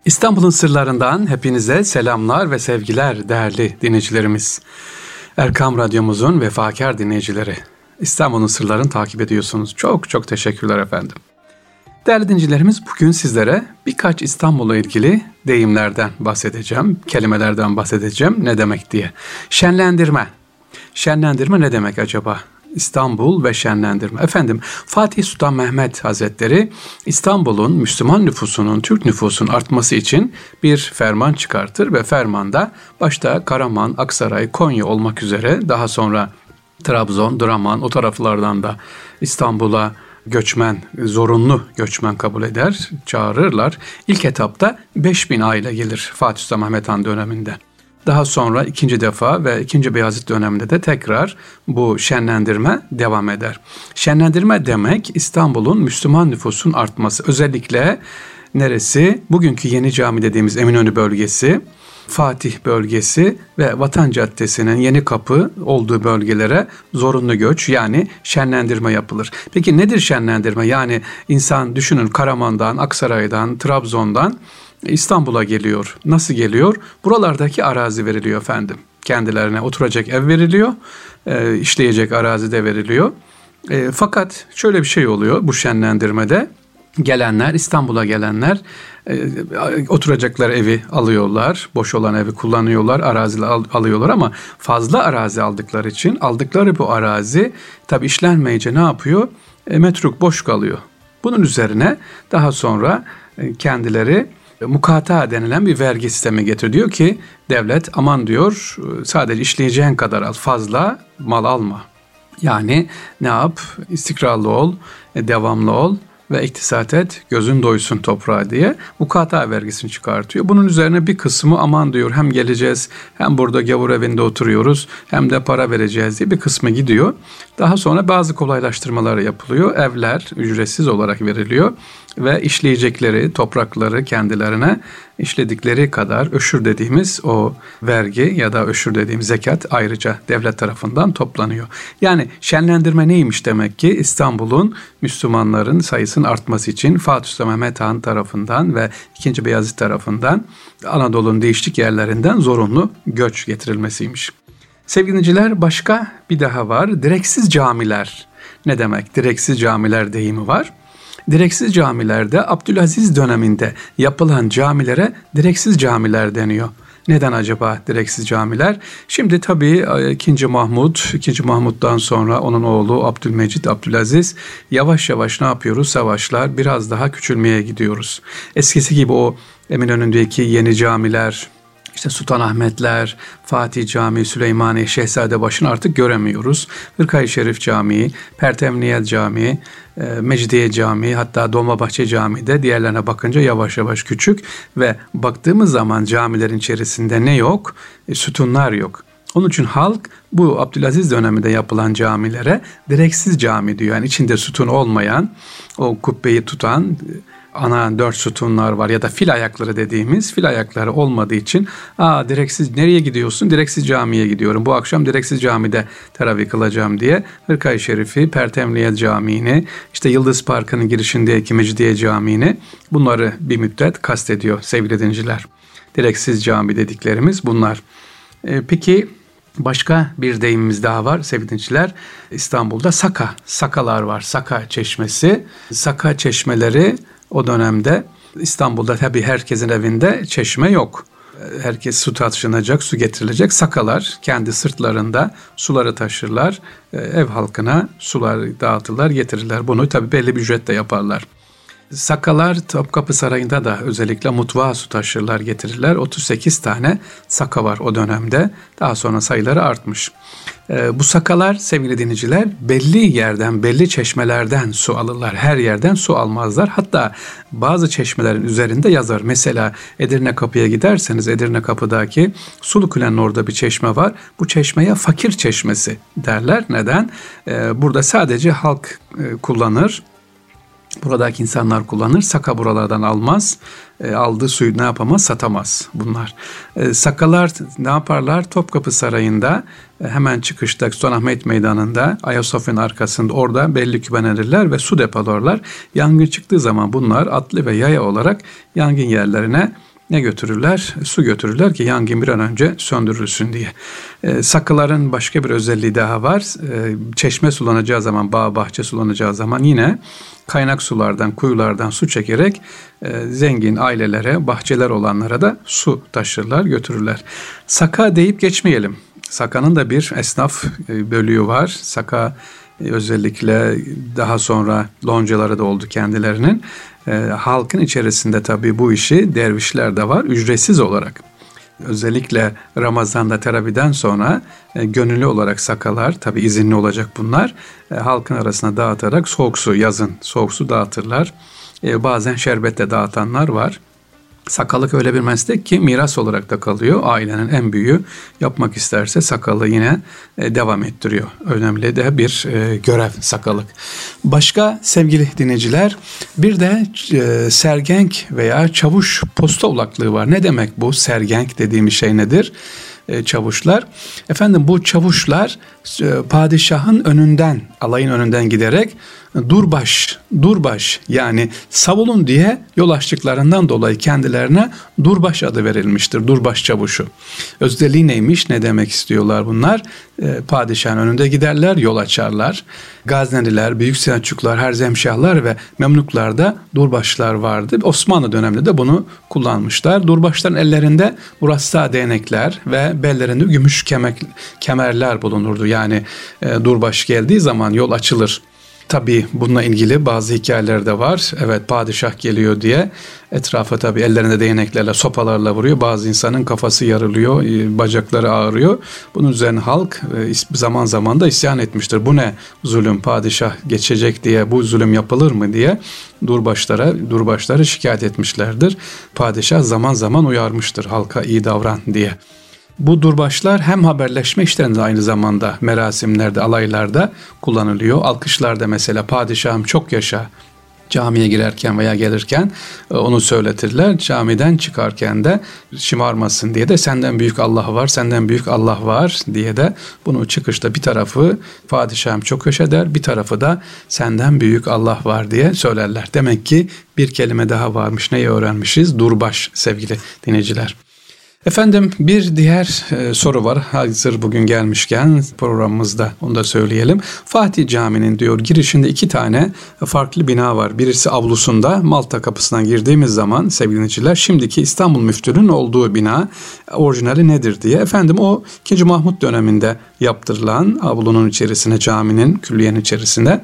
İstanbul'un sırlarından hepinize selamlar ve sevgiler değerli dinleyicilerimiz. Erkam Radyomuzun vefakar dinleyicileri, İstanbul'un sırlarını takip ediyorsunuz. Çok çok teşekkürler efendim. Değerli dinleyicilerimiz, bugün sizlere birkaç İstanbul'la ilgili deyimlerden bahsedeceğim, kelimelerden bahsedeceğim ne demek diye. Şenlendirme. Şenlendirme ne demek acaba? İstanbul ve şenlendirme. Efendim, Fatih Sultan Mehmet Hazretleri İstanbul'un Müslüman nüfusunun, Türk nüfusunun artması için bir ferman çıkartır ve fermanda başta Karaman, Aksaray, Konya olmak üzere daha sonra Trabzon, Draman o taraflardan da İstanbul'a göçmen, zorunlu göçmen kabul eder, çağırırlar. İlk etapta 5000 aile gelir Fatih Sultan Mehmet Han döneminde. Daha sonra ikinci defa ve 2. Beyazıt döneminde de tekrar bu şenlendirme devam eder. Şenlendirme demek İstanbul'un Müslüman nüfusun artması. Özellikle neresi? Bugünkü Yeni Cami dediğimiz Eminönü bölgesi, Fatih bölgesi ve Vatan Caddesi'nin Yenikapı olduğu bölgelere zorunlu göç, yani şenlendirme yapılır. Peki nedir şenlendirme? Yani insan düşünün, Karaman'dan, Aksaray'dan, Trabzon'dan İstanbul'a geliyor. Nasıl geliyor? Buralardaki arazi veriliyor efendim. Kendilerine oturacak ev veriliyor, işleyecek arazi de veriliyor. Fakat şöyle bir şey oluyor bu şenlendirmede. Gelenler, İstanbul'a gelenler oturacakları evi alıyorlar, boş olan evi kullanıyorlar, arazi alıyorlar ama fazla arazi aldıkları için aldıkları bu arazi tabii işlenmeyince ne yapıyor? Metruk boş kalıyor. Bunun üzerine daha sonra kendileri mukata denilen bir vergi sistemi getiriyor. Diyor ki devlet, aman diyor, sadece işleyeceğin kadar al, fazla mal alma. Yani ne yap? İstikrarlı ol, devamlı ol ve iktisat et, gözün doysun toprağa diye mukata vergisini çıkartıyor. Bunun üzerine bir kısmı aman diyor, hem geleceğiz hem burada gavur evinde oturuyoruz hem de para vereceğiz diye bir kısmı gidiyor. Daha sonra bazı kolaylaştırmalar yapılıyor. Evler ücretsiz olarak veriliyor ve işleyecekleri toprakları kendilerine işledikleri kadar öşür dediğimiz o vergi ya da öşür dediğimiz zekat ayrıca devlet tarafından toplanıyor. Yani şenlendirme neymiş demek ki? İstanbul'un Müslümanların sayısının artması için Fatih Sultan Mehmet Han tarafından ve 2. Beyazıt tarafından Anadolu'nun değişik yerlerinden zorunlu göç getirilmesiymiş. Sevgili dinleyiciler, başka bir daha var. Direksiz camiler. Ne demek? Direksiz camiler deyimi var. Direksiz camilerde Abdülaziz döneminde yapılan camilere direksiz camiler deniyor. Neden acaba direksiz camiler? Şimdi tabii 2. Mahmud'dan sonra onun oğlu Abdülmecid, Abdülaziz yavaş yavaş ne yapıyoruz? Savaşlar, biraz daha küçülmeye gidiyoruz. Eskisi gibi o Eminönü'ndeki yeni camiler, İşte Sultanahmetler, Fatih Camii, Süleymaniye, Şehzadebaşı'nı artık göremiyoruz. Hırkayı Şerif Camii, Pertemniyet Camii, Mecidiye Camii, hatta Dolmabahçe Camii de diğerlerine bakınca yavaş yavaş küçük ve baktığımız zaman camilerin içerisinde ne yok? Sütunlar yok. Onun için halk bu Abdülaziz döneminde yapılan camilere direksiz cami diyor. Yani içinde sütun olmayan, o kubbeyi tutan ana 4 sütunlar var ya da fil ayakları dediğimiz fil ayakları olmadığı için direksiz nereye gidiyorsun? Direksiz camiye gidiyorum. Bu akşam direksiz camide teravih kılacağım diye Hırkayı Şerif'i, Pertemniyet Camii'ni, işte Yıldız Parkı'nın girişindeki Mecidiye Camii'ni, bunları bir müddet kastediyor sevgili dinleyiciler. Direksiz cami dediklerimiz bunlar. Peki başka bir deyimimiz daha var sevgili dinleyiciler. İstanbul'da sakalar var. Saka çeşmesi. Saka çeşmeleri o dönemde İstanbul'da tabii herkesin evinde çeşme yok. Herkes su taşınacak, su getirilecek. Sakalar kendi sırtlarında suları taşırlar. Ev halkına sular dağıtırlar, getirirler. Bunu tabii belli bir ücretle yaparlar. Sakalar Topkapı Sarayı'nda da özellikle mutfağa su taşırlar, getirirler. 38 tane saka var o dönemde. Daha sonra sayıları artmış. Bu sakalar sevgili dinleyiciler belli yerden, belli çeşmelerden su alırlar. Her yerden su almazlar. Hatta bazı çeşmelerin üzerinde yazar. Mesela Edirne Kapı'ya giderseniz Edirne Kapı'daki Sulukülen'in orada bir çeşme var. Bu çeşmeye fakir çeşmesi derler. Neden? Burada sadece halk kullanır. Buradaki insanlar kullanır. Saka buralardan almaz. Aldığı suyu ne yapamaz? Satamaz bunlar. Sakalar ne yaparlar? Topkapı Sarayı'nda hemen çıkışta Sultanahmet Meydanı'nda Ayasofya'nın arkasında orada belli kümelenirler ve su depolarlar. Yangın çıktığı zaman bunlar atlı ve yaya olarak yangın yerlerine ne götürürler? Su götürürler ki yangın bir an önce söndürülsün diye. Sakıların başka bir özelliği daha var. Çeşme sulanacağı zaman, bağ bahçe sulanacağı zaman yine kaynak sulardan, kuyulardan su çekerek zengin ailelere, bahçeler olanlara da su taşırlar, götürürler. Saka deyip geçmeyelim. Saka'nın da bir esnaf bölüğü var. Saka özellikle daha sonra loncaları da oldu kendilerinin. Halkın içerisinde tabii bu işi dervişler de var ücretsiz olarak. Özellikle Ramazan'da teraviden sonra gönüllü olarak sakalar, tabii izinli olacak bunlar, halkın arasına dağıtarak soğuk su, yazın soğuk su dağıtırlar. Bazen şerbet de dağıtanlar var. Sakalık öyle bir meslek ki miras olarak da kalıyor. Ailenin en büyüğü yapmak isterse sakalı yine devam ettiriyor. Önemli de bir görev sakalık. Başka sevgili dinleyiciler, bir de sergenk veya çavuş posta ulaklığı var. Ne demek bu sergenk dediğimiz şey nedir? Çavuşlar. Efendim bu çavuşlar padişahın önünden, alayın önünden giderek durbaş yani savulun diye yol açtıklarından dolayı kendilerine durbaş adı verilmiştir. Durbaş çavuşu. Özelliği neymiş? Ne demek istiyorlar bunlar? Padişahın önünde giderler, yol açarlar. Gazneliler, Büyük Selçuklular, Harzemşahlar ve Memluklarda durbaşlar vardı. Osmanlı döneminde de bunu kullanmışlar. Durbaşların ellerinde burasta değnekler ve bellerinde gümüş kemerler bulunurdu. Yani durbaş geldiği zaman yol açılır. Tabii bununla ilgili bazı hikayeler de var. Evet, padişah geliyor diye etrafa tabii ellerinde değneklerle, sopalarla vuruyor. Bazı insanın kafası yarılıyor, bacakları ağrıyor. Bunun üzerine halk zaman zaman da isyan etmiştir. Bu ne zulüm, padişah geçecek diye bu zulüm yapılır mı diye durbaşları şikayet etmişlerdir. Padişah zaman zaman uyarmıştır halka iyi davran diye. Bu durbaşlar hem haberleşme işlerinde aynı zamanda merasimlerde, alaylarda kullanılıyor. Alkışlarda mesela padişahım çok yaşa, camiye girerken veya gelirken onu söyletirler. Camiden çıkarken de şımarmasın diye de senden büyük Allah var, senden büyük Allah var diye de bunu çıkışta bir tarafı padişahım çok yaşa der, bir tarafı da senden büyük Allah var diye söylerler. Demek ki bir kelime daha varmış. Neyi öğrenmişiz? Durbaş sevgili dinleyiciler. Efendim bir diğer soru var. Hazır bugün gelmişken programımızda onu da söyleyelim. Fatih Camii'nin diyor girişinde 2 tane farklı bina var. Birisi avlusunda Malta kapısından girdiğimiz zaman sevgili dinleyiciler şimdiki İstanbul Müftülüğü'nün olduğu bina orijinali nedir diye. Efendim o 2. Mahmut döneminde yaptırılan avlunun içerisine caminin külliyenin içerisinde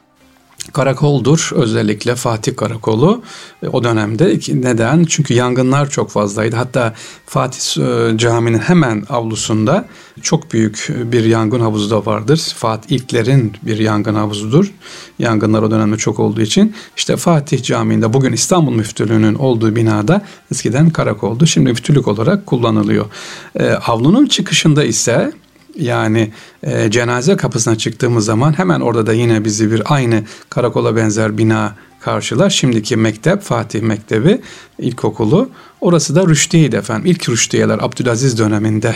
karakoldur. Özellikle Fatih Karakolu o dönemde. Neden? Çünkü yangınlar çok fazlaydı. Hatta Fatih Camii'nin hemen avlusunda çok büyük bir yangın havuzu da vardır. Fatih ilklerin bir yangın havuzudur. Yangınlar o dönemde çok olduğu için. İşte Fatih Camii'nde bugün İstanbul Müftülüğü'nün olduğu binada eskiden karakoldu. Şimdi müftülük olarak kullanılıyor. Avlunun çıkışında ise yani cenaze kapısına çıktığımız zaman hemen orada da yine bizi bir aynı karakola benzer bina karşılar. Şimdiki mektep Fatih Mektebi İlkokulu. Orası da Rüştiye'ydi efendim. İlk Rüştiyeler Abdülaziz döneminde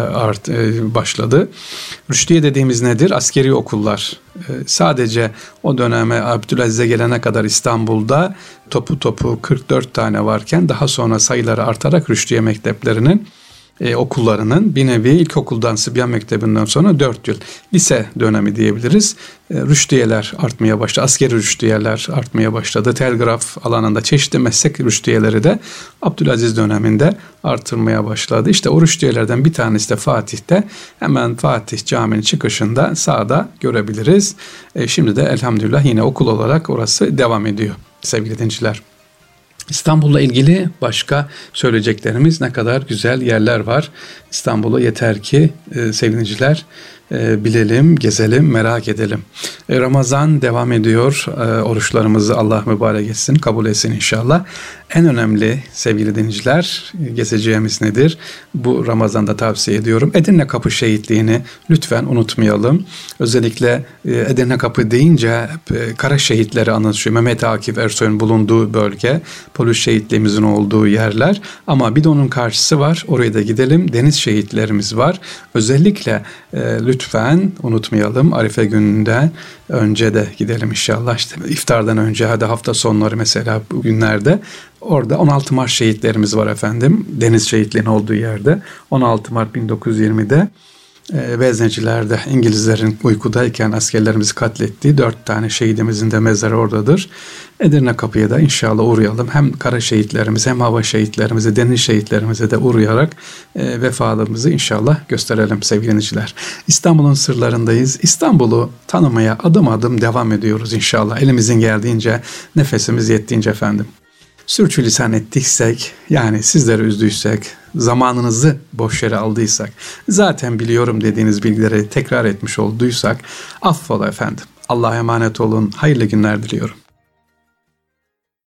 başladı. Rüştiye dediğimiz nedir? Askeri okullar. Sadece o döneme Abdülaziz'e gelene kadar İstanbul'da topu 44 tane varken daha sonra sayıları artarak Rüştiye mekteplerinin okullarının bir nevi ilkokuldan Sıbyan Mektebi'nden sonra 4 yıl lise dönemi diyebiliriz. Rüştiyeler artmaya başladı. Askeri rüştiyeler artmaya başladı. Telgraf alanında çeşitli meslek rüştiyeleri de Abdülaziz döneminde artırmaya başladı. İşte o rüştiyelerden bir tanesi de Fatih'te. Hemen Fatih Camii'nin çıkışında sağda görebiliriz. Şimdi de elhamdülillah yine okul olarak orası devam ediyor sevgili dinleyiciler. İstanbul'la ilgili başka söyleyeceklerimiz ne kadar güzel yerler var. İstanbul'u yeter ki sevgiliciler bilelim, gezelim, merak edelim. Ramazan devam ediyor. Oruçlarımızı Allah mübarek etsin, kabul etsin inşallah. En önemli sevgili dinleyiciler gezeceğimiz nedir? Bu Ramazan'da tavsiye ediyorum. Edirne Kapı şehitliğini lütfen unutmayalım. Özellikle Edirne Kapı deyince kara şehitleri anlatıyor. Mehmet Akif Ersoy'un bulunduğu bölge, polis şehitliğimizin olduğu yerler. Ama bir de onun karşısı var. Oraya da gidelim. Deniz şehitlerimiz var. Özellikle lütfen unutmayalım. Arife gününden önce de gidelim inşallah. İşte iftardan önce, hadi hafta sonları mesela bu günlerde Orada 16 Mart şehitlerimiz var efendim. Deniz şehitliğinin olduğu yerde. 16 Mart 1920'de Vezneciler'de İngilizlerin uykudayken askerlerimizi katlettiği 4 tane şehidimizin de mezarı oradadır. Edirne Kapı'ya da inşallah uğrayalım. Hem kara şehitlerimize hem hava şehitlerimize, deniz şehitlerimize de uğrayarak vefalığımızı inşallah gösterelim sevgili dinleyiciler. İstanbul'un sırlarındayız. İstanbul'u tanımaya adım adım devam ediyoruz inşallah. Elimizin geldiğince, nefesimiz yettiğince efendim. Sürçülisan ettiksek, yani sizleri üzdüysek, zamanınızı boş yere aldıysak, zaten biliyorum dediğiniz bilgileri tekrar etmiş olduysak, affola efendim. Allah'a emanet olun, hayırlı günler diliyorum.